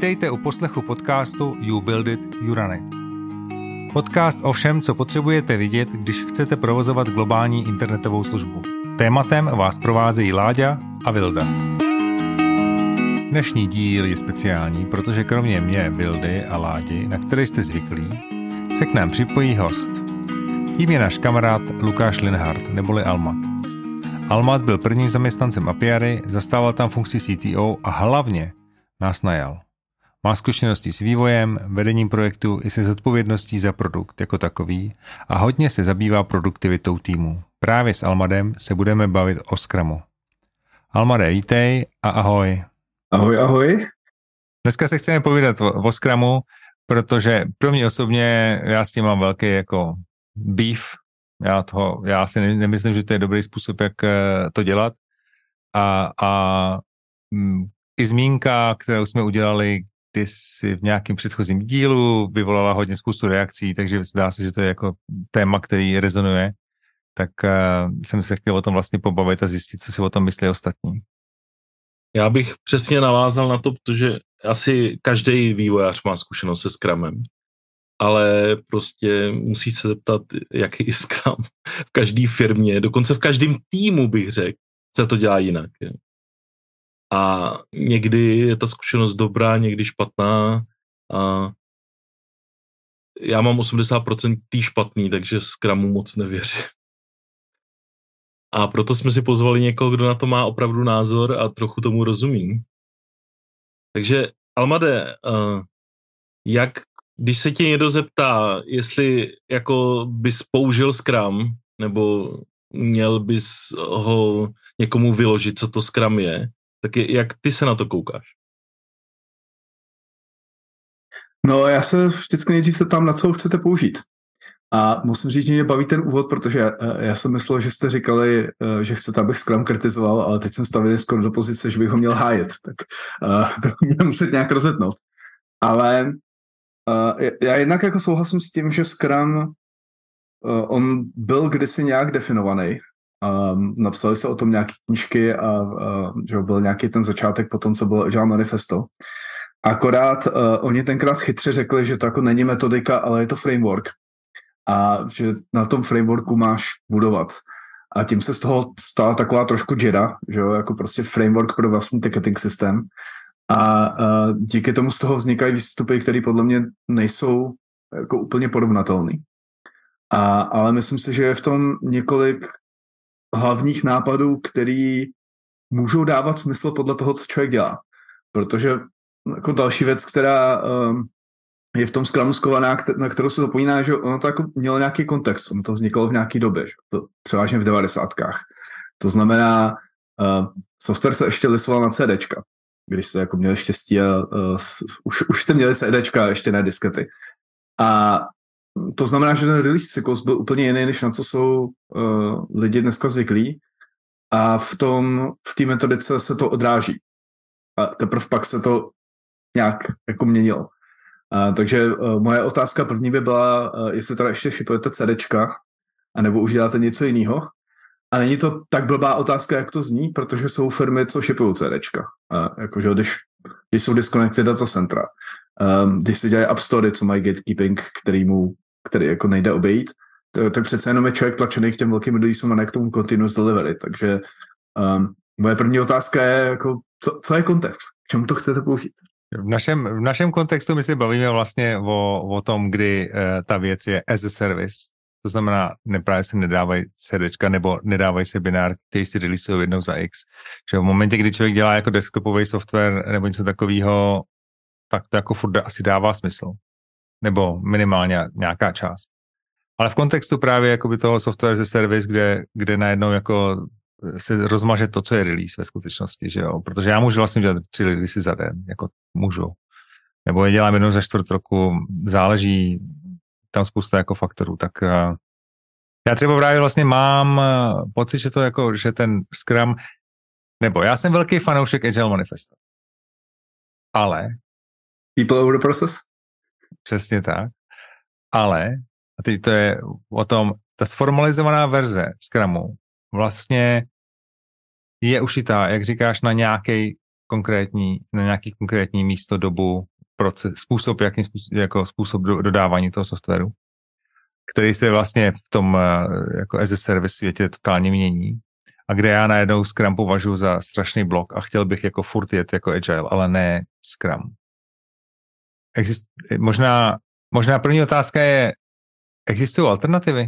Vítejte u poslechu podcastu You Build It, You Run It. Podcast o všem, co potřebujete vidět, když chcete provozovat globální internetovou službu. Tématem vás provázejí Láďa a Vilda. Dnešní díl je speciální, protože kromě mě, Vildy a Ládi, na které jste zvyklí, se k nám připojí host. Tím je náš kamarád Lukáš Linhardt, neboli Almat. Almat byl prvním zaměstnancem Apiary, zastával tam funkci CTO a hlavně nás najal. Má zkušenosti s vývojem, vedením projektu i se zodpovědností za produkt jako takový a hodně se zabývá produktivitou týmu. Právě s Almadem se budeme bavit o Scrumu. Almade, vítej a ahoj. Ahoj, ahoj. Dneska se chceme povídat o Scrumu, protože pro mě osobně já s tím mám velký jako beef. Já si nemyslím, že to je dobrý způsob, jak to dělat. A i zmínka, kterou jsme udělali kdysi v nějakém předchozím dílu, vyvolala hodně spoustu reakcí, takže zdá se, že to je jako téma, který rezonuje. Tak jsem se chtěl o tom vlastně pobavit a zjistit, co si o tom myslí ostatní. Já bych přesně navázal na to, protože asi každý vývojář má zkušenost se Scrumem, ale prostě musí se zeptat, jaký je Scrum v každé firmě, dokonce v každém týmu bych řekl, se to dělá jinak. Je. A někdy je ta zkušenost dobrá, někdy špatná a já mám 80% tý špatný, takže Scrumu moc nevěřím. A proto jsme si pozvali někoho, kdo na to má opravdu názor a trochu tomu rozumí. Takže Almade, když se tě někdo zeptá, jestli jako bys použil Scrum, nebo měl bys ho někomu vyložit, co to Scrum je, tak jak ty se na to koukáš? No, já se vždycky nejdřív se ptám, na co ho chcete použít. A musím říct, že mě baví ten úvod, protože já jsem myslel, že jste říkali, že chcete, abych Scrum kritizoval, ale teď jsem stavil skoro do pozice, že bych ho měl hájet, tak to mě muset nějak rozetnout. Ale já jednak jako souhlasím s tím, že Scrum, on byl kdysi nějak definovaný. Napsali se o tom nějaké knížky a že byl nějaký ten začátek potom, co bylo Agile Manifesto. Akorát oni tenkrát chytře řekli, že to jako není metodika, ale je to framework. A že na tom frameworku máš budovat. A tím se z toho stala taková trošku džera, že jo, jako prostě framework pro vlastní ticketing systém. A díky tomu z toho vznikají výstupy, které podle mě nejsou jako úplně porovnatelný. Ale myslím si, že je v tom několik hlavních nápadů, který můžou dávat smysl podle toho, co člověk dělá. Protože jako další věc, která je v tom Scrumu skovaná, na kterou se zapomíná, že ono to jako mělo nějaký kontext, ono to vzniklo v nějaké době, že? To převážně v 90kách. To znamená, software se ještě listoval na CDčka, když se jako měli štěstí a už jste měli CDčka, ještě ne diskety. A to znamená, že ten release cyklus byl úplně jiný, než na co jsou lidi dneska zvyklí. A v té metodice se to odráží. A teprve pak se to nějak jako měnilo. Takže moje otázka první by byla, jestli teda ještě shipujete CDčka, anebo už děláte něco jiného. A není to tak blbá otázka, jak to zní, protože jsou firmy, co shipují CDčka. Jakože když jsou disconnected data centra, když se dělají App Store, co mají gatekeeping, který jako nejde obejít, tak přece jenom je člověk tlačený k těm velkým releaseům a ne k tomu continuous delivery. Takže moje první otázka je, jako, co je kontext? K čemu to chcete použít? V našem kontextu my se bavíme vlastně o tom, kdy ta věc je as a service. To znamená, právě se nedávají CDčka nebo nedávají se binár, který si releaseují jednou za X. Že v momentě, kdy člověk dělá jako desktopový software nebo něco takového, tak to jako furt asi dává smysl. Nebo minimálně nějaká část. Ale v kontextu právě jakoby toho software as a service, kde najednou jako se rozmaže to, co je release ve skutečnosti, že jo? Protože já můžu vlastně dělat 3 releasy za den, jako můžu. Nebo je dělám jednou za čtvrt roku, záleží tam spousta jako faktorů, tak já třeba právě vlastně mám pocit, že to jako, že ten Scrum, nebo já jsem velký fanoušek Agile Manifesta. Ale People over the process? Přesně tak. Ale, a teď to je o tom, ta sformalizovaná verze Scrumu vlastně je ušitá, jak říkáš, na nějaký konkrétní místo, dobu, způsob dodávání toho softwaru, který se vlastně v tom jako as a service světě totálně mění a kde já najednou Scrum považuji za strašný blok a chtěl bych jako furt jet jako Agile, ale ne Scrum. Možná první otázka je, existují alternativy?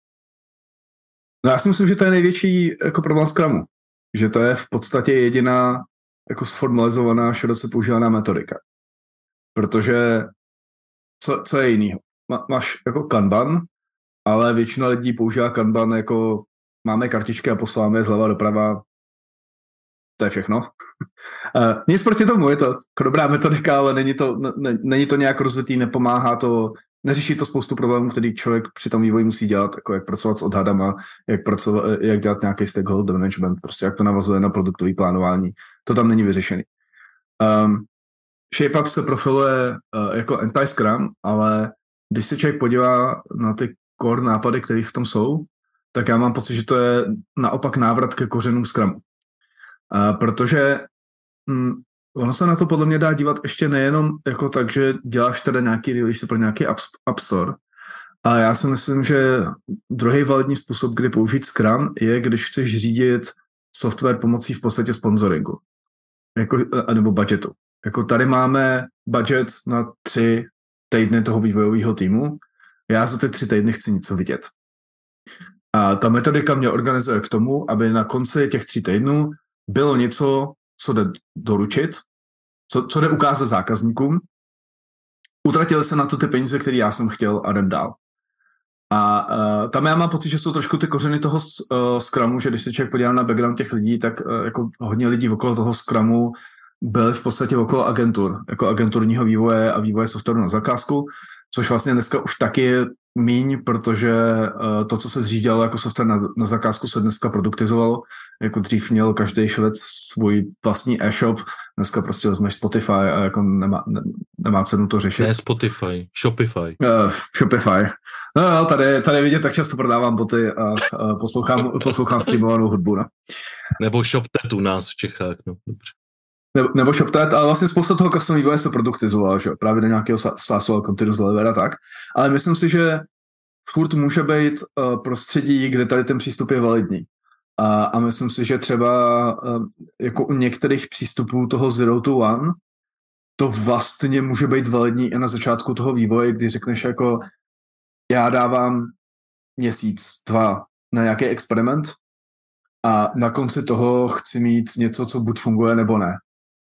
No já si myslím, že to je největší jako problém Scrumu. Že to je v podstatě jediná jako sformalizovaná, široce používaná metodika. Protože co je jinýho? Máš jako Kanban, ale většina lidí používá Kanban jako máme kartičky a posláme zleva doprava. To je všechno. Nic proti tomu, je to dobrá metodika, ale není to nějak rozvitý, nepomáhá to, neřeší to spoustu problémů, který člověk při tom vývoji musí dělat, jako jak pracovat s odhadama, jak dělat nějaký stakeholder management, prostě jak to navazuje na produktový plánování. To tam není vyřešený. ShapeUp se profiluje jako anti-Scrum, ale když se člověk podívá na ty core nápady, které v tom jsou, tak já mám pocit, že to je naopak návrat ke kořenům Scrumu. Protože ono se na to podle mě dá dívat ještě nejenom jako tak, že děláš teda nějaký release pro nějaký App Store, ale já si myslím, že druhý validní způsob, kdy použít Scrum, je, když chceš řídit software pomocí v podstatě sponsoringu nebo budgetu. Jako tady máme budget na 3 týdny toho vývojového týmu, já za ty 3 týdny chci něco vidět. A ta metodika mě organizuje k tomu, aby na konci těch 3 týdnů bylo něco, co jde doručit, co jde ukázat zákazníkům. Utratili se na to ty peníze, které já jsem chtěl a jdem dál. A tam já mám pocit, že jsou trošku ty kořeny toho Scrumu, že když se člověk podívá na background těch lidí, tak jako hodně lidí okolo toho Scrumu byli v podstatě okolo agentur, jako agenturního vývoje a vývoje softwaru na zakázku, což vlastně dneska už taky je míň, protože to, co se zřídilo jako software na zakázku, se dneska produktizovalo. Jako dřív měl každý švec svůj vlastní e-shop, dneska prostě vezmeš Spotify a jako nemá cenu to řešit. Ne Spotify, Shopify. Shopify. No, tady vidět, tak často prodávám boty a poslouchám streamovanou hudbu. No. Nebo ShopTet u nás v Čechách, no dobře. Nebo ShopTet, ale vlastně spousta toho custom vývoje se produktizovala, že? Právě do nějakého SaaSu a continuous delivery a tak. Ale myslím si, že furt může být prostředí, kde tady ten přístup je validní. A myslím si, že třeba jako u některých přístupů toho 0 to 1 to vlastně může být validní i na začátku toho vývoje, kdy řekneš jako já dávám měsíc, 2 na nějaký experiment a na konci toho chci mít něco, co buď funguje, nebo ne.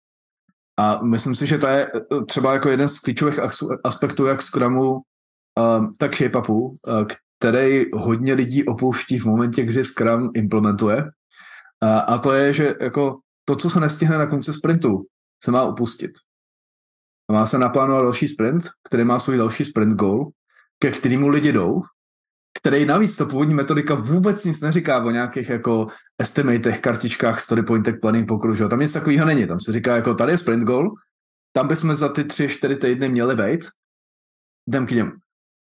A myslím si, že to je třeba jako jeden z klíčových aspektů jak Scrumu, tak ShapeUpu, který hodně lidí opouští v momentě, kdy Scrum implementuje. A to je, že jako to, co se nestihne na konci sprintu, se má opustit. Má se naplánovat další sprint, který má svůj další sprint goal, ke kterému lidi jdou, který navíc ta původní metodika vůbec nic neříká o nějakých jako estimatech, kartičkách, story pointech, planning pokru, že? Tam nic takového není. Tam se říká, jako tady je sprint goal, tam bychom za ty 3-4 týdny měli být, jdem k němu.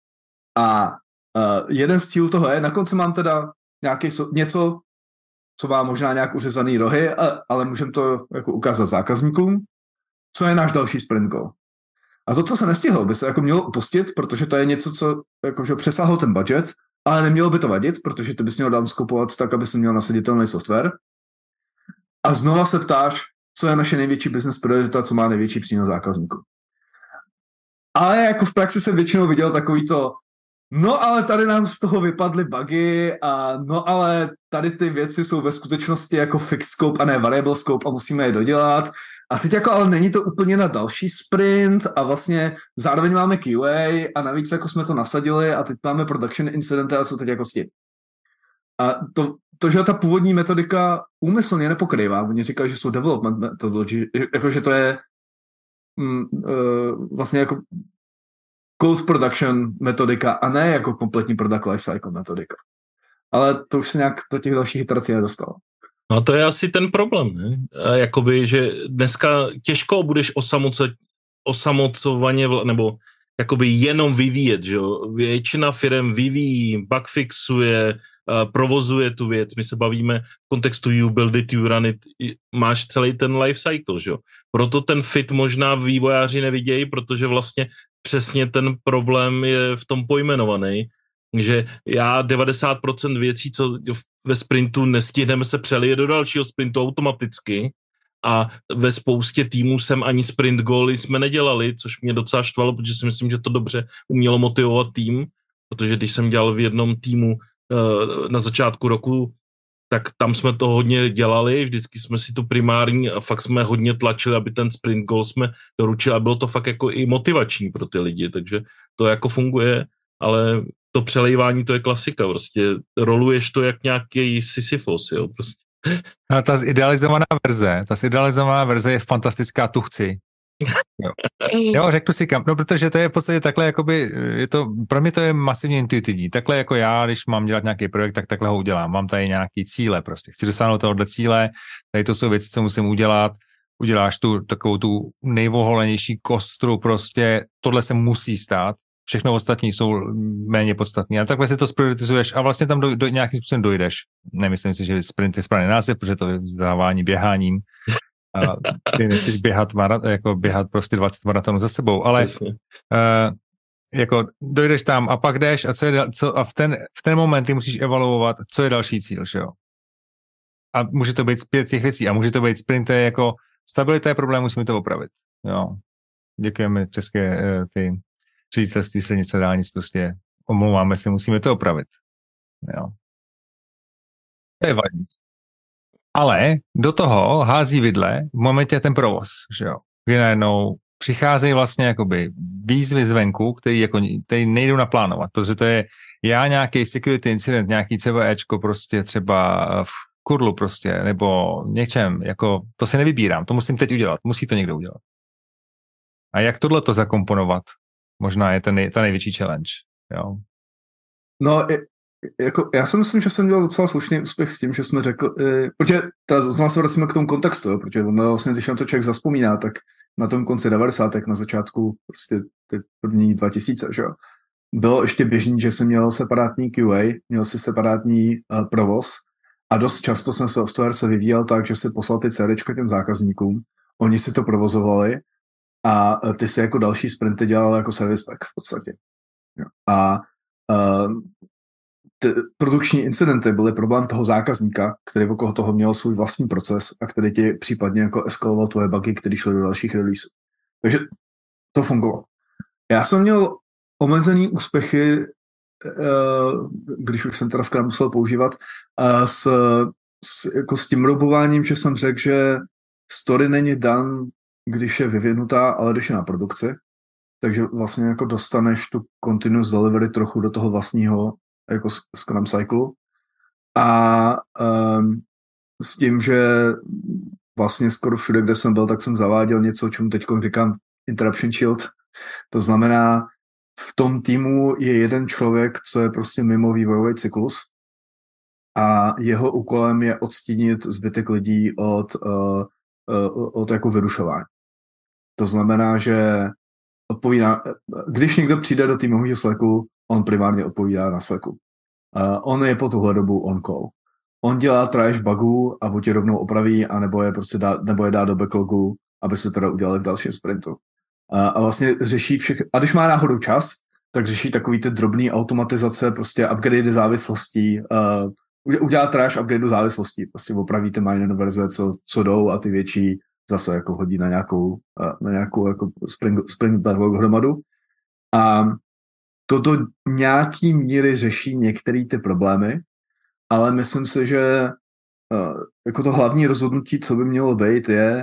A jeden z cílů toho je, na konci mám teda něco, co má možná nějak uřezaný rohy, ale můžeme to jako ukázat zákazníkům, co je náš další sprint goal. A to, co se nestihlo, by se jako mělo opustit, protože to je něco, co jakože přesáhlo ten budget, ale nemělo by to vadit, protože ty bys měl dám skopovat tak, aby si měl nasaditelný software. A znova se ptáš, co je naše největší business priorita, co má největší přínos zákazníků. Ale jako v praxi jsem většinou viděl takový to, no ale tady nám z toho vypadly bugy a no ale tady ty věci jsou ve skutečnosti jako fixed scope a ne variable scope a musíme je dodělat. A teď jako, ale není to úplně na další sprint a vlastně zároveň máme QA a navíc jako jsme to nasadili a teď máme production incidenty a co teď jako s tím. A to, že ta původní metodika úmyslně nepokrývá, oni říkají, že jsou development methodology, jakože to je vlastně jako code production metodika a ne jako kompletní product lifecycle metodika. Ale to už se nějak do těch dalších iterací nedostalo. No a to je asi ten problém, ne? Jakoby, že dneska těžko budeš osamocovaně nebo jakoby jenom vyvíjet, že jo? Většina firem vyvíjí, bugfixuje, provozuje tu věc. My se bavíme v kontextu you build it, you run it, máš celý ten life cycle, že jo. Proto ten fit možná vývojáři nevidějí, protože vlastně přesně ten problém je v tom pojmenovaný, že já 90% věcí, co ve sprintu nestihneme, se přelije do dalšího sprintu automaticky a ve spoustě týmů jsem ani sprint goaly jsme nedělali, což mě docela štvalo, protože si myslím, že to dobře umělo motivovat tým, protože když jsem dělal v jednom týmu na začátku roku, tak tam jsme to hodně dělali, vždycky jsme si to primární a fakt jsme hodně tlačili, aby ten sprint goal jsme doručili a bylo to fakt jako i motivační pro ty lidi, takže to jako funguje, ale to přelejvání, to je klasika, prostě roluješ to jak nějaký Sisyphos, jo, prostě. A ta zidealizovaná verze je fantastická, tu chci. Jo, řeknu si kam, no protože to je v podstatě takhle, jakoby, pro mě to je masivně intuitivní, takhle jako já, když mám dělat nějaký projekt, tak takhle ho udělám, mám tady nějaký cíle prostě, chci dosáhnout tohohle cíle, tady to jsou věci, co musím udělat, uděláš takovou tu nejvoholenější kostru prostě, tohle se musí stát, všechno ostatní jsou méně podstatné. A takhle si to prioritizuješ a vlastně tam do nějakým způsobem dojdeš. Nemyslím si, že sprint je správný název, protože to je vzdávání běháním. A ty nechceš běhat prostě 20 maratonů za sebou, ale jako dojdeš tam a pak jdeš a a v ten moment ty musíš evaluovat, co je další cíl, že jo. A může to být 5 těch věcí a může to být sprint, jako stabilita je problém, musíme to opravit. Jo. Děkujeme české ty ředitelství silnice dálnic, prostě omlouváme se, musíme to opravit. Jo. To je vadíc. Ale do toho hází vidle v momentě ten provoz, že jo. Kdy najednou přicházejí vlastně jakoby výzvy zvenku, který nejdou naplánovat, protože to je nějaký security incident, nějaký CVEčko prostě třeba v kurlu prostě, nebo něčem, jako to si nevybírám, to musím teď udělat, musí to někdo udělat. A jak tohleto zakomponovat? Možná je ta největší challenge, jo. No, jako, já si myslím, že jsem dělal docela slušný úspěch s tím, že jsme řekli, protože teda znovu se vracíme k tomu kontextu, jo, protože vlastně, když na to člověk zavzpomíná, tak na tom konci 90. na začátku prostě ty první 2000, že jo, bylo ještě běžný, že jsem měl separátní QA, měl si separátní provoz a dost často jsem software se vyvíjel tak, že si poslal ty CDčka těm zákazníkům, oni si to provozovali a ty si jako další sprinty dělal jako service pack v podstatě. Jo. A produkční incidenty byly problém toho zákazníka, který okolo toho měl svůj vlastní proces a který ti případně jako eskaloval tvoje bugy, které šly do dalších releaseů. Takže to fungovalo. Já jsem měl omezený úspěchy, když už jsem teda Scrum musel používat, s tím robováním, že jsem řekl, že story není dan, když je vyvinutá, ale když je na produkci. Takže vlastně jako dostaneš tu continuous delivery trochu do toho vlastního jako Scrum cycle. A s tím, že vlastně skoro všude, kde jsem byl, tak jsem zaváděl něco, čemu teď říkám interruption shield. To znamená, v tom týmu je jeden člověk, co je prostě mimo vývojový cyklus a jeho úkolem je odstínit zbytek lidí od jako vyrušování. To znamená, že odpovídá, když někdo přijde do týmového Slacku, on primárně odpovídá na Slacku. On je po tuhle dobu on call. On dělá trash bugů a buď je rovnou opraví, anebo je prostě nebo je dá do backlogu, aby se teda udělali v dalším sprintu. A vlastně řeší všechno. A když má náhodou čas, tak řeší takový ty drobný automatizace, prostě upgrade závislostí, udělá trash upgrade závislostí, prostě opraví ty minor verze, co jdou a ty větší zase jako hodí na nějakou jako Spring Backlog hromadu. A to do nějaký míry řeší některé ty problémy, ale myslím si, že jako to hlavní rozhodnutí, co by mělo být, je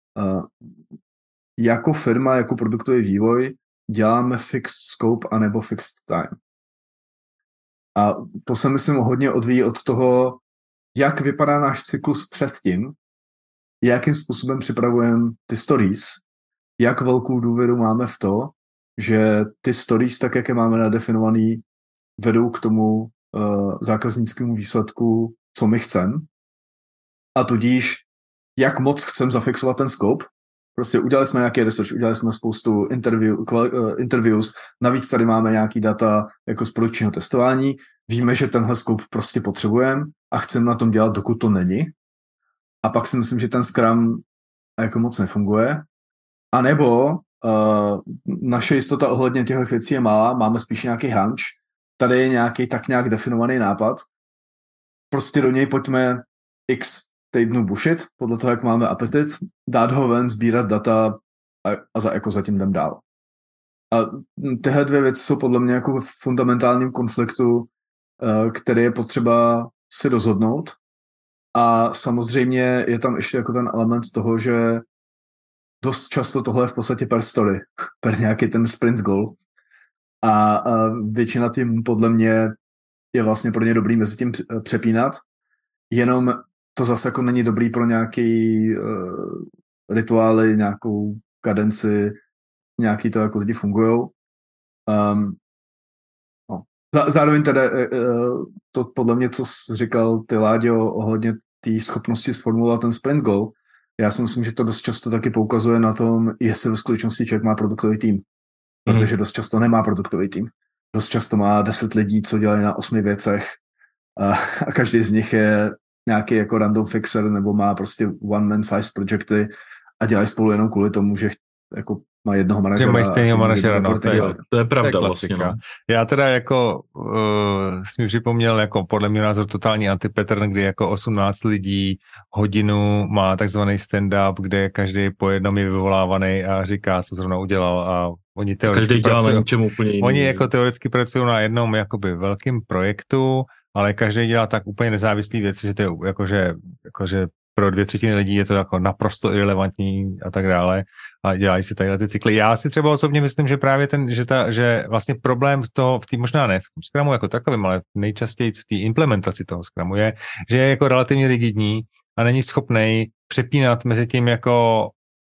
jako firma, jako produktový vývoj děláme fixed scope anebo fixed time. A to se myslím hodně odvíjí od toho, jak vypadá náš cyklus předtím, jakým způsobem připravujeme ty stories, jak velkou důvěru máme v to, že ty stories, tak jak je máme nadefinovaný, vedou k tomu zákaznickému výsledku, co my chceme. A tudíž, jak moc chceme zafixovat ten scope. Prostě udělali jsme nějaký research, udělali jsme spoustu interviews, navíc tady máme nějaký data jako z produkčního testování. víme, že tenhle scope prostě potřebujeme a chceme na tom dělat, dokud to není. A pak si myslím, že ten Scrum jako moc nefunguje. A nebo naše jistota ohledně těchto věcí je malá, máme spíš nějaký hunch, tady je nějaký tak nějak definovaný nápad, prostě do něj pojďme x týdnů bušit, podle toho, jak máme apetit, dát ho ven, sbírat data a jako zatím jdem dál. A tyhle dvě věci jsou podle mě jako v fundamentálním konfliktu, který je potřeba si rozhodnout. A samozřejmě je tam ještě jako ten element toho, že dost často tohle je v podstatě per story, per nějaký ten sprint goal. A většina tým podle mě je vlastně pro ně dobrý mezi tím přepínat, jenom to zase jako není dobrý pro nějaký rituály, nějakou kadenci, nějaký to jako lidi fungujou. No. Zároveň teda to podle mě, co jsi říkal ty, Láďo, ohledně té schopnosti sformulovat ten sprint goal, já si myslím, že to dost často taky poukazuje na tom, jestli ve skutečnosti člověk má produktový tým. Protože dost často nemá produktový tým. Dost často má 10 lidí, co dělají na 8 věcech a každý z nich je nějaký jako random fixer nebo má prostě one man size projekty a dělají spolu jenom kvůli tomu, že jako má jednoho manažera. Že mají stejného manažera, no, to je pravda vlastně. No. Já teda jako jsi mi připomněl jako podle mě názor totální antipattern, kdy jako 18 lidí hodinu má takzvaný stand-up, kde každý po jednom je vyvolávaný a říká, co zrovna udělal a oni teoreticky pracují, oni jako teoreticky pracují na jednom jakoby velkým projektu, ale každý dělá tak úplně nezávislý věci, že to je jakože pro 2/3 lidí je to jako naprosto irrelevantní a tak dále a dělají si tadyhle ty cykly. Já si třeba osobně myslím, že právě že vlastně problém v té možná ne v tom Scrumu jako takovým, ale nejčastěji v té implementaci toho Scrumu je, že je jako relativně rigidní a není schopnej přepínat mezi tím jako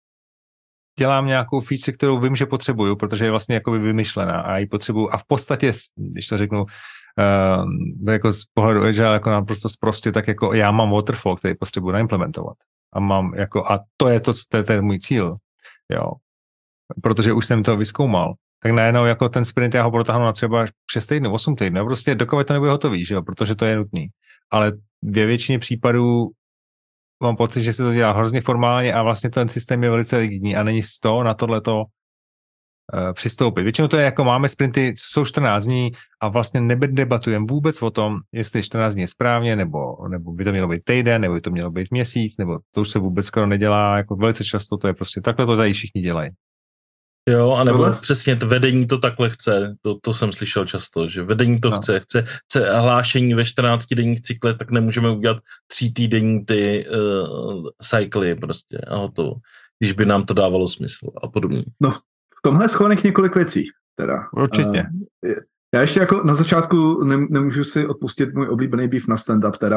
dělám nějakou feature, kterou vím, že potřebuju, protože je vlastně jako vymyšlená a ji potřebuju a v podstatě, když to řeknu jako z pohledu Agile jako naprosto sprostě, tak jako já mám waterfall, který potřebuji naimplementovat a mám jako a to je můj cíl, jo, protože už jsem to vyzkoumal, tak najednou jako ten sprint já ho protáhnu na třeba 6 týdnů, 8 týdnů, prostě dokud to nebude hotový, že jo, protože to je nutný, ale ve většině případů mám pocit, že se to dělá hrozně formálně a vlastně ten systém je velice rigidní a není z toho na tohleto přistoupit. Většinou to je jako máme sprinty, jsou 14 dní a vlastně nedebatujeme vůbec o tom, jestli 14 dní je správně, nebo by to mělo být týden, nebo by to mělo být měsíc, nebo to už se vůbec skoro nedělá, jako velice často to je prostě takhle to tady všichni dělají. Jo, anebo přesně vedení to takhle chce, to jsem slyšel často, že vedení to chce hlášení ve 14 denních cykle, tak nemůžeme udělat 3 týdenní ty cykly prostě a hotovo, když by nám to dávalo smysl a podobně. No v tomhle schovaných několik věcí teda. Určitě. Já ještě jako na začátku nemůžu si odpustit můj oblíbený beef na stand-up teda.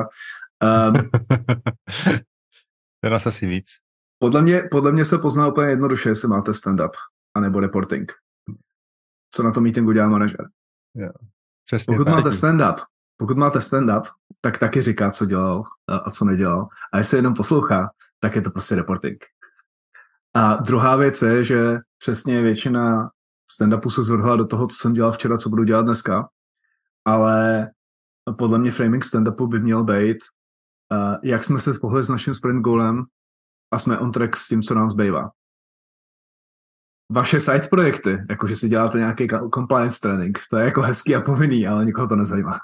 Teraz asi víc. Podle mě se pozná úplně jednoduše, jestli máte stand-up anebo reporting. Co na tom meetingu dělá manažer. Jo, přesně Pokud máte stand-up, tak taky říká, co dělal a co nedělal. A jestli jenom poslouchá, tak je to prostě reporting. A druhá věc je, že přesně většina stand-upu se zvrhla do toho, co jsem dělal včera, co budu dělat dneska. Ale podle mě framing stand-upu by měl být, jak jsme se pohli s naším sprint goalem a jsme on track s tím, co nám zbývá. Vaše side projekty, jakože si děláte nějaký compliance training, to je jako hezký a povinný, ale nikoho to nezajímá.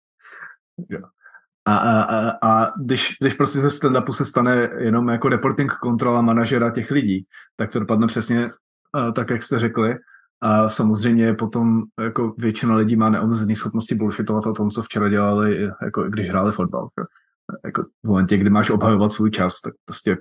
A když prostě ze stand-upu se stane jenom jako reporting kontrola manažera těch lidí, tak to dopadne přesně tak, jak jste řekli. A samozřejmě potom jako většina lidí má neomezený schopnosti bullshitovat o tom, co včera dělali, jako když hráli fotbal. Jako v momentě, kdy máš obhajovat svůj čas, tak prostě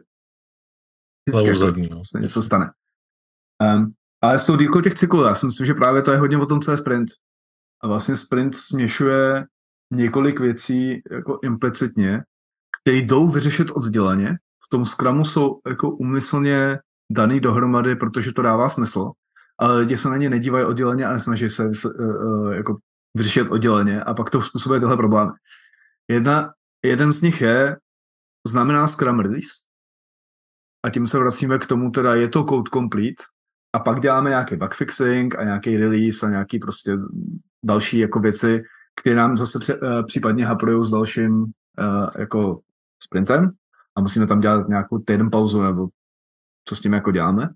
něco stane. Ale s tou dílkou těch cyklů, já si myslím, že právě to je hodně o tom, co je sprint. A vlastně sprint směšuje několik věcí jako implicitně, které jdou vyřešit odděleně. V tom Scrumu jsou jako úmyslně daný dohromady, protože to dává smysl, ale lidi se na ně nedívají odděleně a nesnaží se jako vyřešit odděleně a pak to způsobuje tyhle problémy. Jeden z nich znamená Scrum release a tím se vracíme k tomu, teda je to code complete a pak děláme nějaký bug fixing a nějaký release a nějaký prostě další jako věci, který nám zase případně haprujou s dalším jako sprintem a musíme tam dělat nějakou týden pauzu nebo co s tím jako děláme.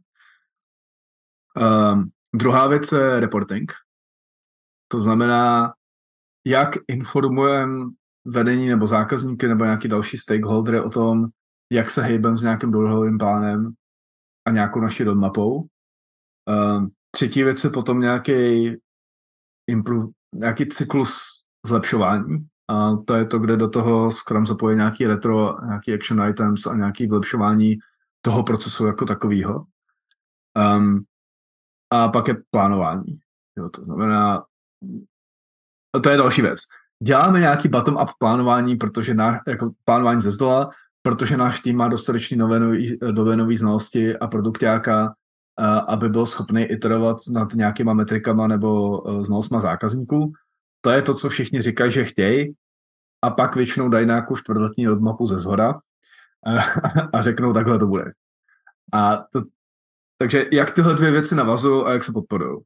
Druhá věc je reporting. To znamená, jak informujeme vedení nebo zákazníky nebo nějaký další stakeholdery o tom, jak se hejbem s nějakým dlouhodobým plánem a nějakou naší roadmapou. Třetí věc je potom nějaký cyklus zlepšování. A to je to, kde do toho Scrum zapojí nějaký retro, nějaký action items a nějaký vylepšování toho procesu jako takového. A pak je plánování. Jo, to znamená, to je další věc. Děláme nějaký bottom-up plánování, protože jako plánování ze zdola, protože náš tým má dostatečný nové znalosti a produkťáka, aby byl schopný iterovat nad nějakýma metrikama nebo znalostma zákazníků. To je to, co všichni říkají, že chtějí, a pak většinou dají nějakou čtvrtletní roadmapu ze zhora a řeknou, takhle to bude. Takže jak tyhle dvě věci navazují a jak se podporují.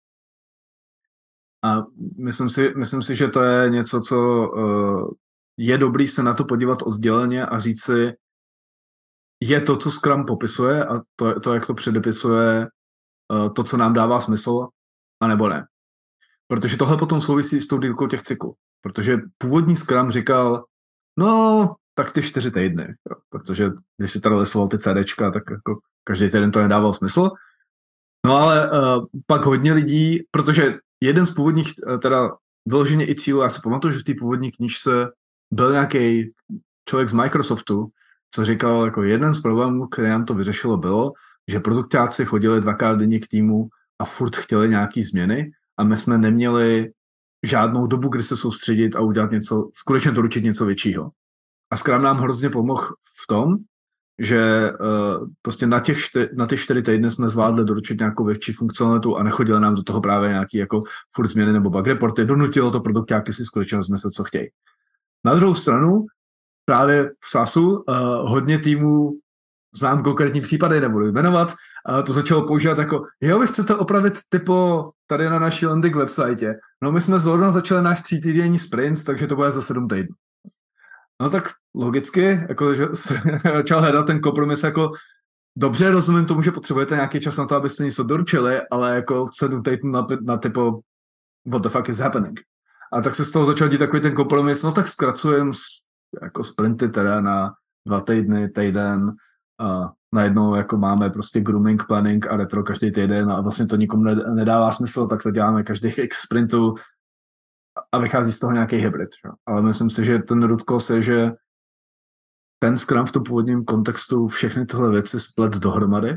A myslím si, že to je něco, co je dobrý se na to podívat odděleně a říct si, je to, co Scrum popisuje a to jak to předepisuje, to, co nám dává smysl, anebo ne. Protože tohle potom souvisí s tou dílkou těch cyklů. Protože původní Scrum říkal, no, tak ty 4 týdny. Jo, protože když si tady listoval ty CDčka, tak jako každý týden to nedával smysl. No ale pak hodně lidí, protože jeden z původních, teda vyloženě i cílů, já si pamatuju, že v té původní knížce byl nějaký člověk z Microsoftu, co říkal, jako jeden z problémů, který nám to vyřešilo, bylo, že produktáci chodili 2x denně k týmu a furt chtěli nějaký změny a my jsme neměli žádnou dobu, kdy se soustředit a udělat něco, skutečně doručit něco většího. A Scrum nám hrozně pomohl v tom, že prostě na ty 4 týdny jsme zvládli doručit nějakou větší funkcionalitu a nechodili nám do toho právě nějaký jako furt změny nebo bug reporty, donutilo to produktáky si skutečně rozmyslet, co chtějí. Na druhou stranu, právě v SaaSu hodně týmů, znám konkrétní případy, nebudu jmenovat, to začalo používat jako, jo, vy chcete opravit typo tady na naší landing website. No my jsme zrovna začali náš 3týdenní sprint, takže to bude za 7 týdnů. No tak logicky, jako, že začal hledat ten kompromis jako, dobře, rozumím tomu, že potřebujete nějaký čas na to, abyste něco doručili, ale jako 7 týdnů na typo what the fuck is happening. A tak se z toho začal dít takový ten kompromis, no tak zkracujem jako sprinty teda na 2 týdny, týden, a najednou jako máme prostě grooming, planning a retro každý týden a vlastně to nikomu nedává smysl, tak to děláme každých x sprintů a vychází z toho nějaký hybrid. Jo. Ale myslím si, že ten root cause je, že ten Scrum v tom původním kontextu všechny tyhle věci splet dohromady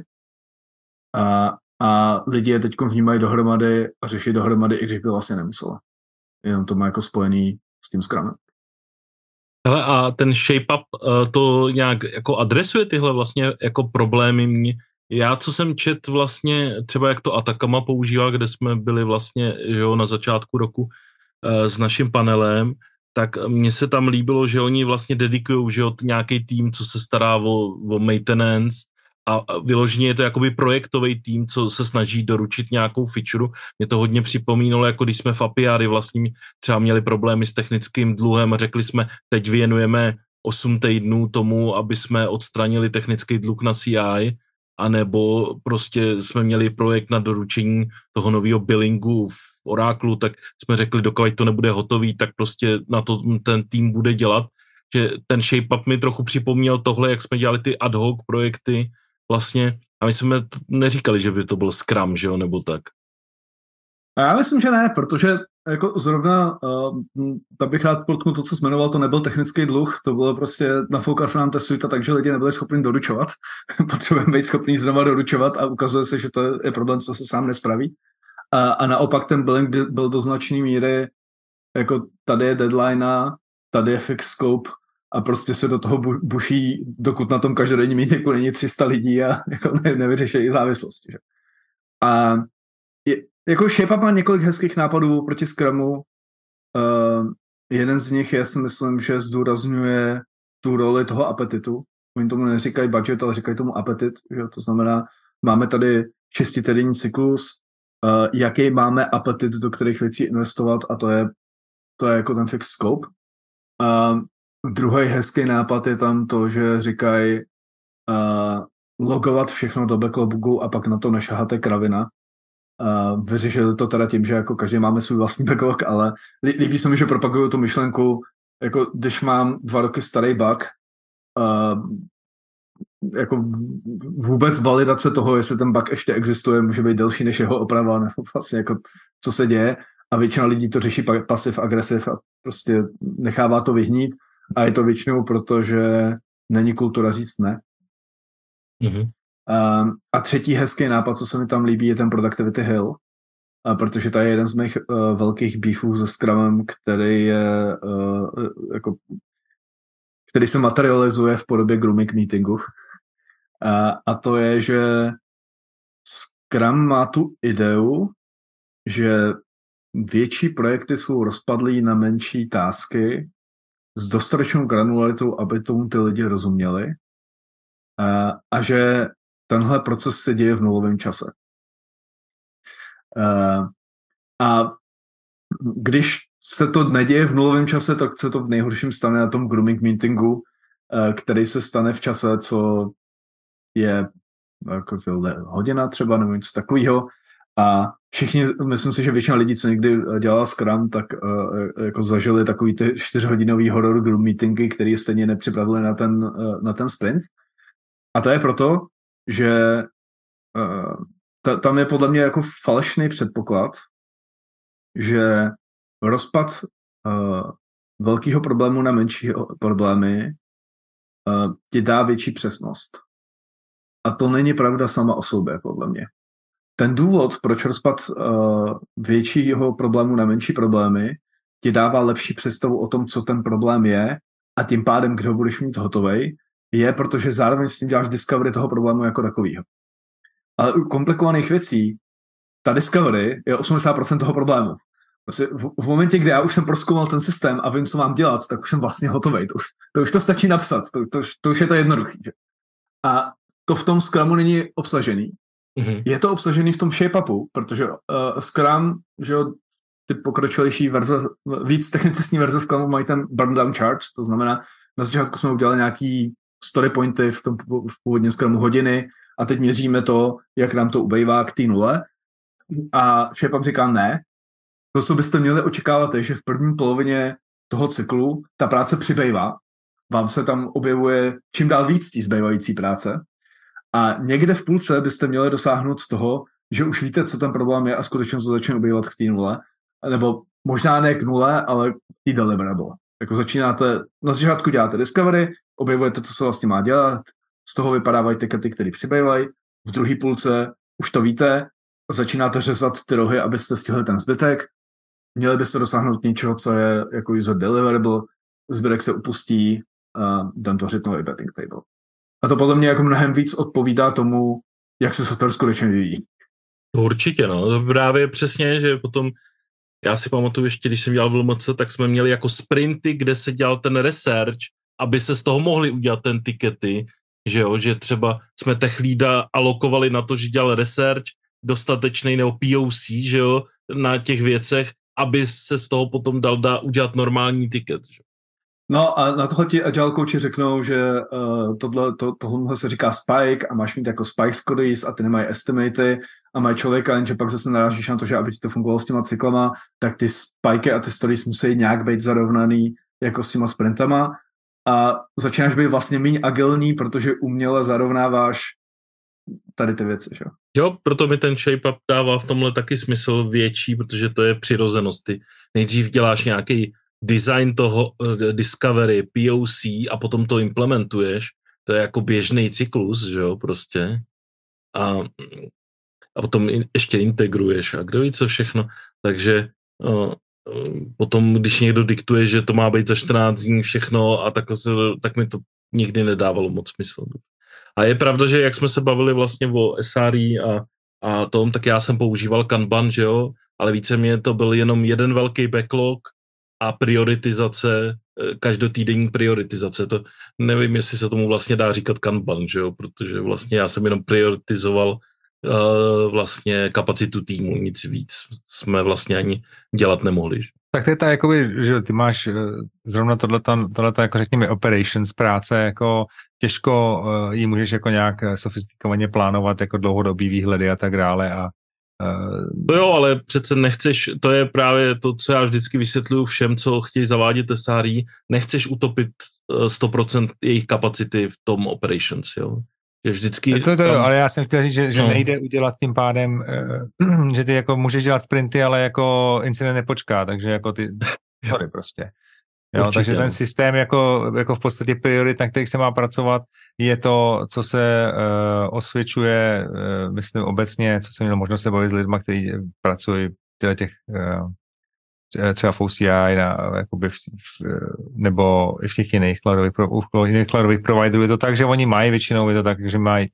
a lidi je teď vnímají dohromady a řeší dohromady, i když by vlastně nemuselo. Jenom to má jako spojený s tím Scrumem. Hele, a ten shape-up to nějak jako adresuje tyhle vlastně jako problémy. Já, co jsem čet vlastně, třeba jak to Atacama používá, kde jsme byli vlastně jo, na začátku roku s naším panelem, tak mně se tam líbilo, že oni vlastně dedikují že nějaký tým, co se stará o maintenance a vyloženě je to jakoby projektový tým, co se snaží doručit nějakou feature. Mě to hodně připomínalo, jako když jsme v API vlastně třeba měli problémy s technickým dluhem a řekli jsme, teď věnujeme 8 týdnů tomu, aby jsme odstranili technický dluh na CI, anebo prostě jsme měli projekt na doručení toho nového billingu v Oracle, tak jsme řekli, dokud to nebude hotový, tak prostě na to ten tým bude dělat. Že ten shape-up mi trochu připomněl tohle, jak jsme dělali ty ad hoc projekty vlastně, a my jsme neříkali, že by to byl Scrum, že jo, nebo tak. A já myslím, že ne, protože jako zrovna, tak bych rád potknul to, co jsi jmenoval, to nebyl technický dluh, to bylo prostě nafoukal se nám ta suita, takže lidi nebyli schopni doručovat. Potřebujeme být schopní znova doručovat a ukazuje se, že to je problém, co se sám nespraví. A naopak ten billing byl do značné míry, jako tady je deadline, tady je fixed scope a prostě se do toho buší, dokud na tom každodenním meetingu není 300 lidí a jako nevyřešejí závislosti. Že? A jako ShapeUp má několik hezkých nápadů proti Scrumu. Jeden z nich je, si myslím, že zdůrazňuje tu roli toho apetitu. Oni tomu neříkají budget, ale říkají tomu apetit. Že? To znamená, máme tady 6týdenní cyklus, jaký máme apetit, do kterých věcí investovat, a to je to je jako ten fixed scope. A druhý hezký nápad je tam to, že říkají logovat všechno do backlogu a pak na to nešaháte kravina. Vyřešili to teda tím, že jako každý máme svůj vlastní backlog, ale líbí se mi, že propagují tu myšlenku, jako když mám 2 roky starý bug, jako vůbec validace toho, jestli ten bug ještě existuje, může být delší než jeho oprava, nebo vlastně jako co se děje, a většina lidí to řeší pasiv, agresiv a prostě nechává to vyhnít a je to většinou proto, že není kultura říct ne. Mm-hmm. A třetí hezký nápad, co se mi tam líbí, je ten Productivity Hill, protože to je jeden z mých velkých beefů se Scrumem, který je který se materializuje v podobě grooming meetingu. A to je, že Scrum má tu ideu, že větší projekty jsou rozpadlý na menší tasky s dostatečnou granularitou, aby tomu ty lidi rozuměli, a že tenhle proces se děje v nulovém čase. A když se to neděje v nulovém čase, tak se to v nejhorším stane na tom grooming meetingu, který se stane v čase, co je jako hodina třeba, nebo něco takového. A všichni, myslím si, že většina lidí, co někdy dělala Scrum, tak jako zažili takový ty 4hodinový horor groom meetingy, který stejně nepřipravili na ten sprint. A to je proto, že tam je podle mě jako falešný předpoklad, že rozpad velkého problému na menší problémy ti dá větší přesnost. A to není pravda sama o sobě, podle mě. Ten důvod, proč rozpad většího problému na menší problémy ti dává lepší představu o tom, co ten problém je, a tím pádem, kdy ho budeš mít hotovej, je, protože zároveň s tím děláš discovery toho problému jako takovýho. Ale u komplikovaných věcí ta discovery je 80% toho problému. Prostě v momentě, kdy já už jsem prozkoumal ten systém a vím, co mám dělat, tak už jsem vlastně hotovej. To už to stačí napsat. To už je to jednoduchý. Že? A to v tom Scrumu není obsažený. Mm-hmm. Je to obsažený v tom shape-upu, protože Scrum, že jo, ty pokročilejší verze, víc technicistní verze Scrumu mají ten burn down charts, to znamená, na začátku jsme udělali nějaký story pointy v původním Scrumu hodiny a teď měříme to, jak nám to ubejvá k té nule. A ShapeUp říká ne. To, co byste měli očekávat, je, že v první polovině toho cyklu ta práce přibývá. Vám se tam objevuje čím dál víc té zbývající práce. A někde v půlce byste měli dosáhnout z toho, že už víte, co ten problém je a skutečně to začne objevovat k té nule. Nebo možná ne k nule, ale k té deliverable. Jako začínáte, na začátku děláte discovery, objevujete, co se vlastně má dělat, z toho vypadávají tikety, které přibývají. V druhé půlce už to víte, začínáte řezat ty rohy, abyste stihli ten zbytek. Měli byste dosáhnout něčeho, co je jako user deliverable, zbytek se upustí a jdem tvořit nový betting table. A to podle mě jako mnohem víc odpovídá tomu, jak se software skutečně vyvíjí. Určitě, no. To právě přesně, že potom, já si pamatuju ještě, když jsem dělal VLMC, tak jsme měli jako sprinty, kde se dělal ten research, aby se z toho mohli udělat ten tikety, že jo, že třeba jsme tech leada alokovali na to, že dělal research dostatečný nebo POC, že jo, na těch věcech, aby se z toho potom dal udělat normální tiket, že? No a na tohle ti agile coachi řeknou, že tohle se říká spike a máš mít jako spike stories a ty nemají estimaty a mají člověka, jenže pak zase narážíš na to, že aby ti to fungovalo s těma cyklama, tak ty spikey a ty stories musí nějak být zarovnaný jako s těma sprintama a začínáš být vlastně méně agilní, protože uměle zarovnáváš tady ty věci, že? Jo, proto mi ten shape-up dává v tomhle taky smysl větší, protože to je přirozenost. Ty nejdřív děláš nějaký design toho discovery, POC a potom to implementuješ. To je jako běžný cyklus, že jo, prostě. A potom ještě integruješ a kdo ví co všechno. Takže potom, když někdo diktuje, že to má být za 14 dní všechno a tak mi to nikdy nedávalo moc smysl. A je pravda, že jak jsme se bavili vlastně o SRE a tom, tak já jsem používal Kanban, že jo, ale víceméně to byl jenom jeden velký backlog a prioritizace, každotýdenní prioritizace. To nevím, jestli se tomu vlastně dá říkat Kanban, že jo, protože vlastně já jsem jenom prioritizoval vlastně kapacitu týmu, nic víc jsme vlastně ani dělat nemohli. Že? Tak to je ta, jakoby, že ty máš zrovna tohleto jako řekněme operations práce, jako těžko ji můžeš jako nějak sofistikovaně plánovat jako dlouhodobý výhledy a tak dále a to jo, ale přece nechceš, to je právě to, co já vždycky vysvětluju všem, co chtějí zavádět SRE, nechceš utopit 100% jejich kapacity v tom operations, jo. Že vždycky... To, ale já jsem chtěl říct, že nejde udělat tím pádem, že ty jako můžeš dělat sprinty, ale jako incident nepočká, takže jako ty hory prostě. Jo, určitě, takže ten systém jako v podstatě priorit, na kterých se má pracovat, je to, co se osvědčuje, myslím obecně, co jsem měl možnost se bavit s lidmi, kteří pracují v těch třeba v OCI nebo i v těch jiných cloudových providerů. Je to tak, že oni mají většinou, je to tak, že mají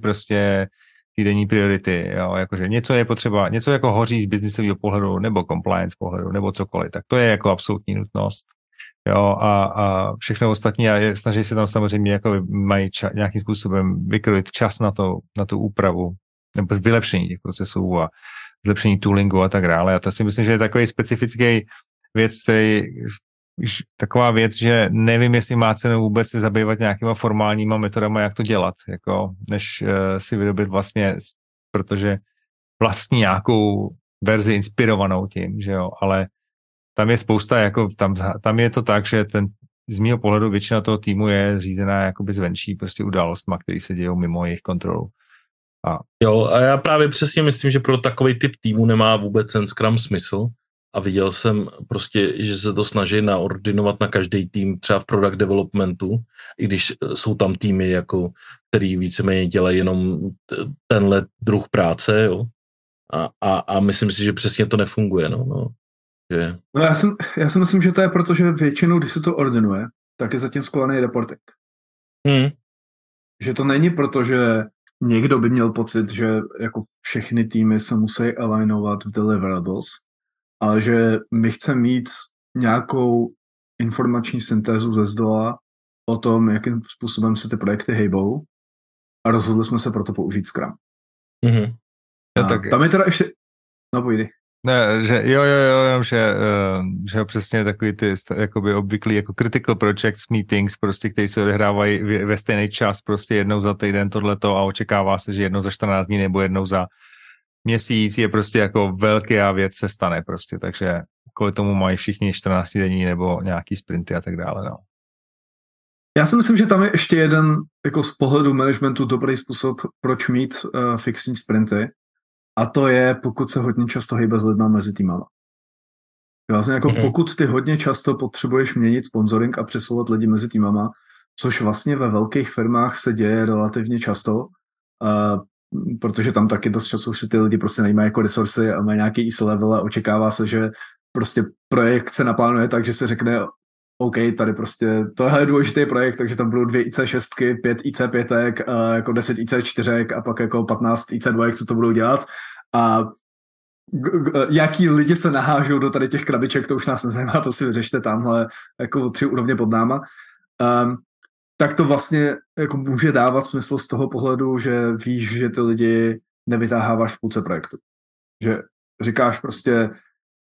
týdenní priority, jo, jakože něco je potřeba, něco jako hoří z biznisového pohledu nebo compliance pohledu nebo cokoliv, tak to je jako absolutní nutnost. Jo, a všechno ostatní a snaží se tam samozřejmě jako mají nějakým způsobem vykrojit čas na tu úpravu nebo vylepšení těch procesů a zlepšení toolingu a tak dále. A to si myslím, že je takový specifický věc, taková věc, že nevím, jestli má cenu vůbec se zabývat nějakýma formálníma metodama, jak to dělat, jako, než si vyrobit vlastně, protože vlastní nějakou verzi inspirovanou tím, že jo, ale tam je spousta, jako tam je to tak, že z mýho pohledu většina toho týmu je řízená jakoby zvenčí prostě událostma, které se dějou mimo jejich kontrolu. Jo, a já právě přesně myslím, že pro takový typ týmu nemá vůbec ten Scrum smysl a viděl jsem prostě, že se to snaží naordinovat na každý tým, třeba v product developmentu, i když jsou tam týmy, jako, který víceméně dělají jenom tenhle druh práce, jo. A myslím si, že přesně to nefunguje, no. No já si myslím, že to je proto, že většinou, když se to ordinuje, tak je zatím skovaný reporting. Že to není proto, že někdo by měl pocit, že jako všechny týmy se musí alignovat v deliverables, ale že my chceme mít nějakou informační syntézu ze zdola o tom, jakým způsobem se ty projekty hejbou a rozhodli jsme se proto použít Scrum. Tam je teda ještě... No pojď. Ne, že jo, že přesně takový ty jakoby obvyklý jako critical projects meetings, prostě, které se odehrávají ve stejný čas, prostě jednou za týden tohleto a očekává se, že jednou za 14 dní nebo jednou za měsíc je prostě jako velká věc se stane prostě, takže kvůli tomu mají všichni 14 denní nebo nějaký sprinty a tak dále, no. Já si myslím, že tam je ještě jeden jako z pohledu managementu dobrý způsob, proč mít fixní sprinty. A to je, pokud se hodně často hejbe s lidma mezi týmama. Vlastně jako pokud ty hodně často potřebuješ měnit sponsoring a přesouvat lidi mezi týmama, což vlastně ve velkých firmách se děje relativně často, protože tam taky dost času už si ty lidi prostě najímají jako resursy a mají nějaký ISO level a očekává se, že prostě projekt se naplánuje tak, že se řekne OK, tady prostě, tohle je důležitý projekt, takže tam budou 2 IC6, 5 IC5, jako 10 IC4 a pak jako 15 IC2, co to budou dělat. A jaký lidi se nahážou do tady těch krabiček, to už nás nezajímá, to si vyřešte tamhle jako 3 úrovně pod náma. Tak to vlastně jako může dávat smysl z toho pohledu, že víš, že ty lidi nevytáháváš v půlce projektu. Že říkáš prostě...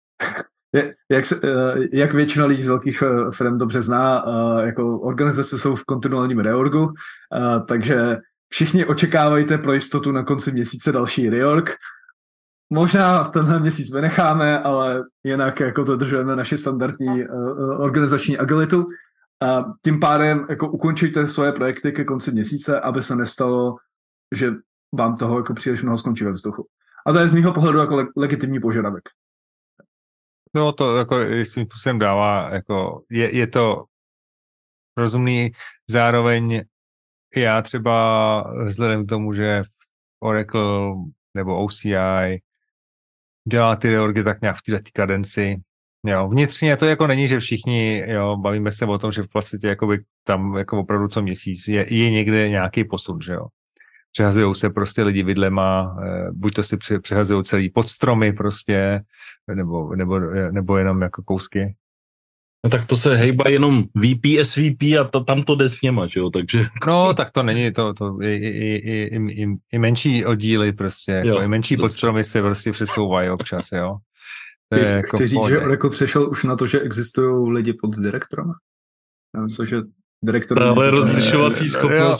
Jak většina lidí z velkých firm dobře zná, jako organizace jsou v kontinuálním reorgu, takže všichni očekávajte pro jistotu na konci měsíce další reorg. Možná tenhle měsíc vynecháme, ale jinak jako dodržujeme naši standardní organizační agilitu. Tím pádem jako ukončujte svoje projekty ke konci měsíce, aby se nestalo, že vám toho jako příliš mnoho skončí ve vzduchu. A to je z mýho pohledu jako legitimní požadavek. No to jako svým způsobem dává, jako je to rozumný, zároveň já třeba vzhledem k tomu, že Oracle nebo OCI dělá ty reorgy tak nějak v této kadenci, jo, vnitřně to jako není, že všichni, jo, bavíme se o tom, že v podstatě jakoby tam jako opravdu co měsíc je někde nějaký posun, že jo. Přehazujou se prostě lidi vidlema, buď to si přehazují celý podstromy prostě, nebo jenom jako kousky. No tak to se hejba jenom VP, SVP a tam to jde s něma, že jo, takže... No, tak to není, to i menší oddíly prostě, jo, jako i menší podstromy se prostě přesouvají občas, jo. Chci říct, že Oracle přešel už na to, že existují lidi pod direktorama. Já myslím, že direktor... Ale rozlišovací schopnost.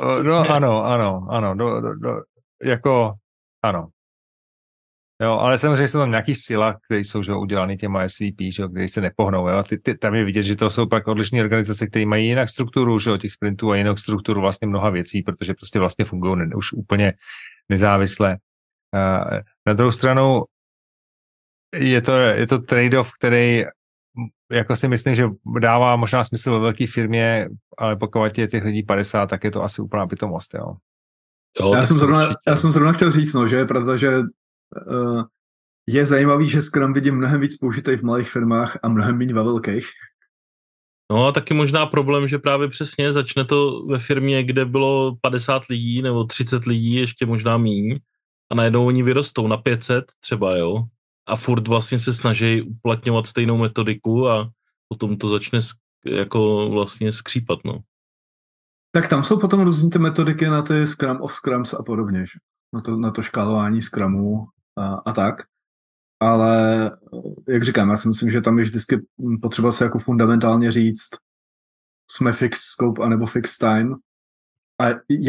Ano. Jo, ale samozřejmě jsou tam nějaký sila, které jsou že, udělané těma SVP, že, které se nepohnou. Jo. Tam je vidět, že to jsou pak odlišné organizace, které mají jinak strukturu že, těch sprintů a jinou strukturu vlastně mnoha věcí, protože prostě vlastně fungují už úplně nezávisle. Na druhou stranu je to trade-off, který jako si myslím, že dává možná smysl ve velké firmě, ale pokud je těch lidí 50, tak je to asi úplná pitomost. Jo. Já jsem zrovna chtěl říct, no, že je pravda, že je zajímavý, že Scrum vidím mnohem víc použitej v malých firmách a mnohem méně ve velkých. No a taky možná problém, že právě přesně začne to ve firmě, kde bylo 50 lidí nebo 30 lidí, ještě možná míň, a najednou oni vyrostou na 500 třeba, jo, a furt vlastně se snaží uplatňovat stejnou metodiku a potom to začne jako vlastně skřípat, no. Tak tam jsou potom různé ty metodiky na ty Scrum of Scrums a podobně, že? Na to škálování Scrumů a tak. Ale jak říkám, já si myslím, že tam je vždycky potřeba se jako fundamentálně říct, jsme fixed scope anebo fixed time a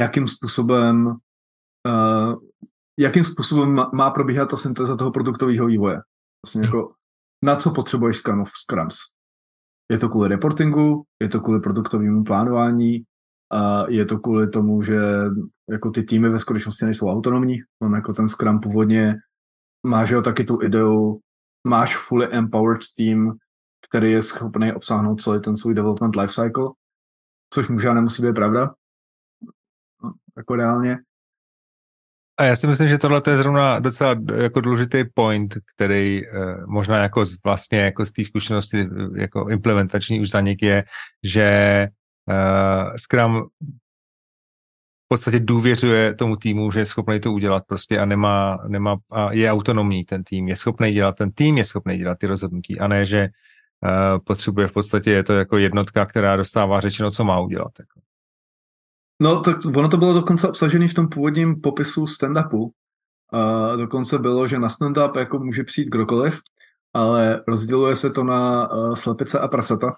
jakým způsobem má probíhat ta syntéza toho produktového vývoje. Vlastně jako, na co potřebuješ Scrum of Scrums? Je to kvůli reportingu, je to kvůli produktovému plánování, a je to kvůli tomu, že jako ty týmy ve skutečnosti nejsou autonomní. On jako ten Scrum původně má, že jo, taky tu ideu, máš fully empowered team, který je schopný obsáhnout celý ten svůj development lifecycle, což možná nemusí být pravda, jako reálně. A já si myslím, že tohle je zrovna docela jako důležitý point, který možná jako vlastně jako z té zkušenosti jako implementační už zanik je, že Scrum v podstatě důvěřuje tomu týmu, že je schopný to udělat prostě a a je autonomní ten tým, je schopný dělat ty rozhodnutí a ne, že potřebuje v podstatě, je to jako jednotka, která dostává řečeno, co má udělat. Jako. No, tak ono to bylo dokonce obsažené v tom původním popisu stand-upu. Dokonce bylo, že na stand-up jako může přijít kdokoliv, ale rozděluje se to na slepice a prasata.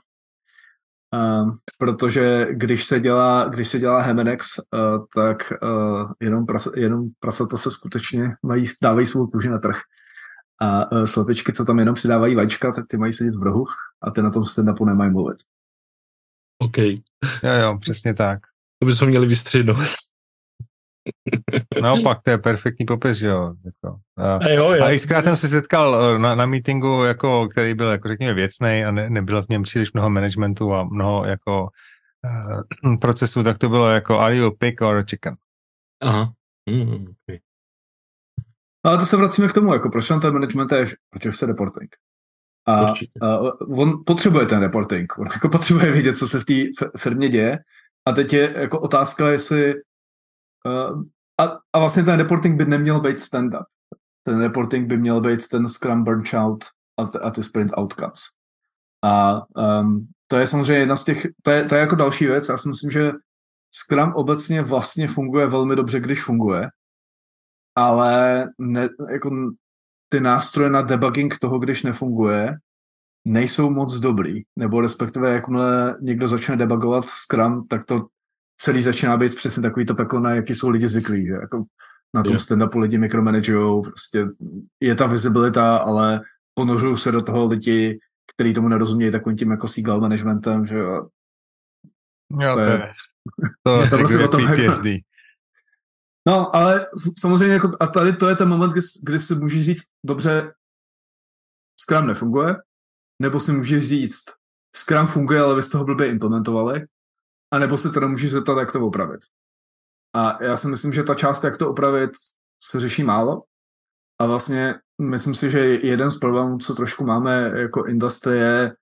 Protože když se dělá Hemenex, tak jenom prasata se skutečně dávají svou kůži na trh. A slepičky, co tam jenom přidávají vajíčka, tak ty mají sedět v rohu a ty na tom stand-upu nemají mluvit. OK. Jo, přesně tak. To bychom měli vystřihnout. Naopak, to je perfektní popis, že jo. Jako. Jo. A xkrát jsem se setkal na meetingu, jako, který byl, jako řekněme, věcnej a nebylo v něm příliš mnoho managementu a mnoho jako procesů, tak to bylo jako are you a pig or a chicken? Aha. Okay. Ale to se vracíme k tomu, jako proč tam ten management je, proč se reporting. A on potřebuje ten reporting, on jako potřebuje vědět, co se v té firmě děje. A teď je jako otázka, jestli a vlastně ten reporting by neměl být stand-up. Ten reporting by měl být ten Scrum Burnout a ty sprint outcomes. A to je samozřejmě jedna z těch, to je jako další věc. Já si myslím, že Scrum obecně vlastně funguje velmi dobře, když funguje, ale jako ty nástroje na debugging toho, když nefunguje, nejsou moc dobrý. Nebo respektive, jakmile někdo začne debugovat Scrum, tak to celý začíná být přesně takový to peklo, na jaký jsou lidi zvyklí. Že? Jako na tom stand-upu lidi mikromanagujou, prostě je ta visibilita, ale ponořují se do toho lidi, kteří tomu nerozumějí takovým tím jako seagull managementem, že jo. Jo, to je prostě o tom PTSD. No, ale samozřejmě jako, a tady to je ten moment, kdy si můžeš říct, dobře, Scrum nefunguje, nebo si můžeš říct, Scrum funguje, ale vy jste ho blbě implementovali, a nebo se teda můžeš zeptat, jak to opravit. A já si myslím, že ta část, jak to opravit, se řeší málo. A vlastně myslím si, že jeden z problémů, co trošku máme jako industry, je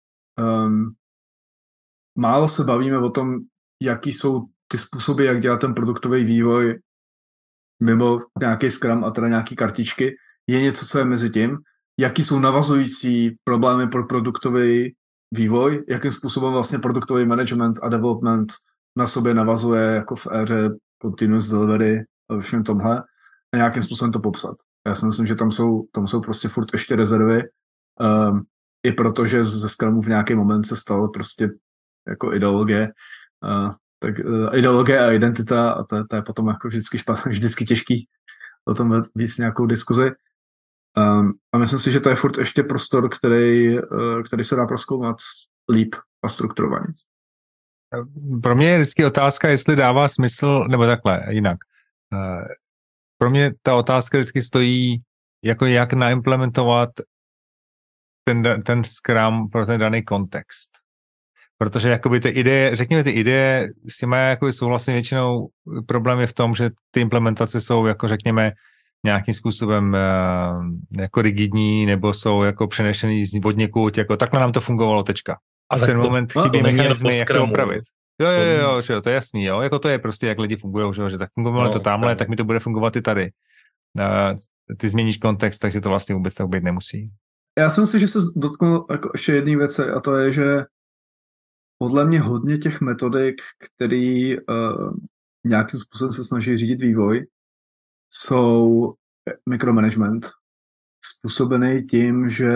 málo se bavíme o tom, jaký jsou ty způsoby, jak dělat ten produktový vývoj mimo nějaký Scrum a teda nějaký kartičky. Je něco, co je mezi tím. Jaký jsou navazující problémy pro produktový vývoj, jakým způsobem vlastně produktový management a development na sobě navazuje jako v éře continuous delivery a všem tomhle a nějakým způsobem to popsat. Já si myslím, že tam jsou prostě furt ještě rezervy I protože ze Scrumu v nějaký moment se stalo prostě jako ideologie, tak ideologie a identita, a to je potom jako vždycky těžký o tom víc nějakou diskuzi. A myslím si, že to je furt ještě prostor, který se dá prozkoumat líp a strukturovaně. Pro mě je vždycky otázka, jestli dává smysl, nebo takhle, jinak. Pro mě ta otázka vždycky stojí, jako jak naimplementovat ten Scrum pro ten daný kontext. Protože jakoby ty ideje, řekněme ty ideje, s těma jakoby souhlasím většinou, problém je v tom, že ty implementace jsou jako řekněme nějakým způsobem jako rigidní, nebo jsou jako přenešený od někud, jako takhle nám to fungovalo, tečka. A v ten moment chybí mechanizmy, jak to opravit. Jo, že jo, to je jasný, jo, jako to je prostě, jak lidi fungujou, že tak fungovalo to tamhle, tak mi to bude fungovat i tady. Ty změníš kontext, takže to vlastně vůbec tak být nemusí. Já si myslím, že se dotknu jako ještě jedné věci, a to je, že podle mě hodně těch metodik, který nějakým způsobem se snaží řídit vývoj, jsou micromanagement, způsobený tím, že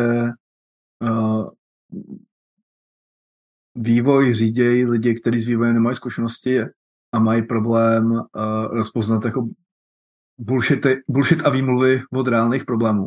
vývoj řídějí lidi, kteří s vývojem nemají zkušenosti a mají problém rozpoznat jako bullshit a výmluvy od reálných problémů.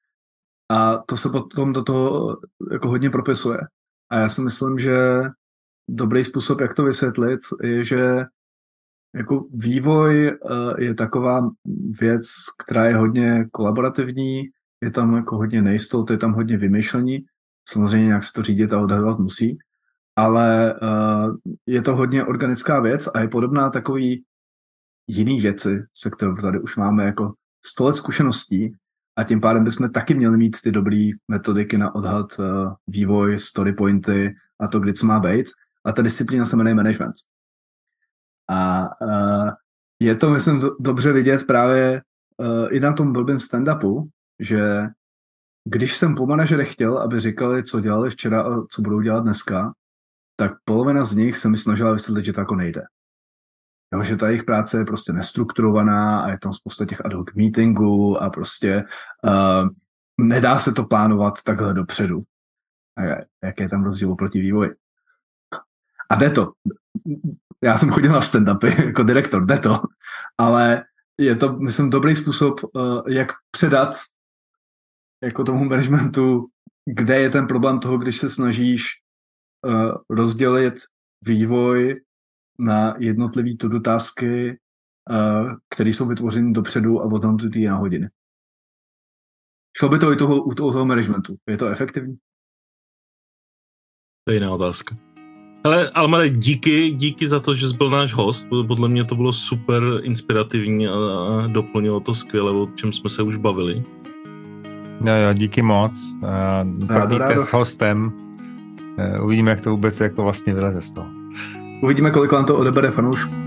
A to se potom do toho jako hodně propisuje. A já si myslím, že dobrý způsob, jak to vysvětlit, je, že jako vývoj je taková věc, která je hodně kolaborativní, je tam jako hodně nejistot, je tam hodně vymýšlení. Samozřejmě nějak se to řídit a odhadovat musí, ale je to hodně organická věc a je podobná takový jiný věci, se kterou tady už máme jako 100 let zkušeností a tím pádem bychom taky měli mít ty dobré metodiky na odhad vývoj, story pointy a to, kdy co má být. A ta disciplína se jmenuje management. A je to, myslím, dobře vidět právě i na tom blbým stand-upu, že když jsem po manažerech chtěl, aby říkali, co dělali včera a co budou dělat dneska, tak polovina z nich se mi snažila vysvětlit, že to jako nejde. Jo, že ta jejich práce je prostě nestrukturovaná a je tam spousta těch ad hoc meetingů a prostě nedá se to plánovat takhle dopředu. A jaký je tam rozdíl oproti vývoji? A jde to. Já jsem chodil na stand-upy jako direktor, jde to. Ale je to, myslím, dobrý způsob, jak předat jako tomu managementu, kde je ten problém toho, když se snažíš rozdělit vývoj na jednotlivý to-do tasky, které jsou vytvořeny dopředu a odhamnutý je na hodiny. Šlo by to i u toho managementu. Je to efektivní? To je jiná otázka. Hele, Almare, díky za to, že jsi byl náš host. Podle mě to bylo super inspirativní a doplnilo to skvěle, o čem jsme se už bavili. Jo, díky moc. První test s hostem. Uvidíme, jak to vůbec jako vlastně vyleze z toho. Uvidíme, kolik vám to odebere fanoušků.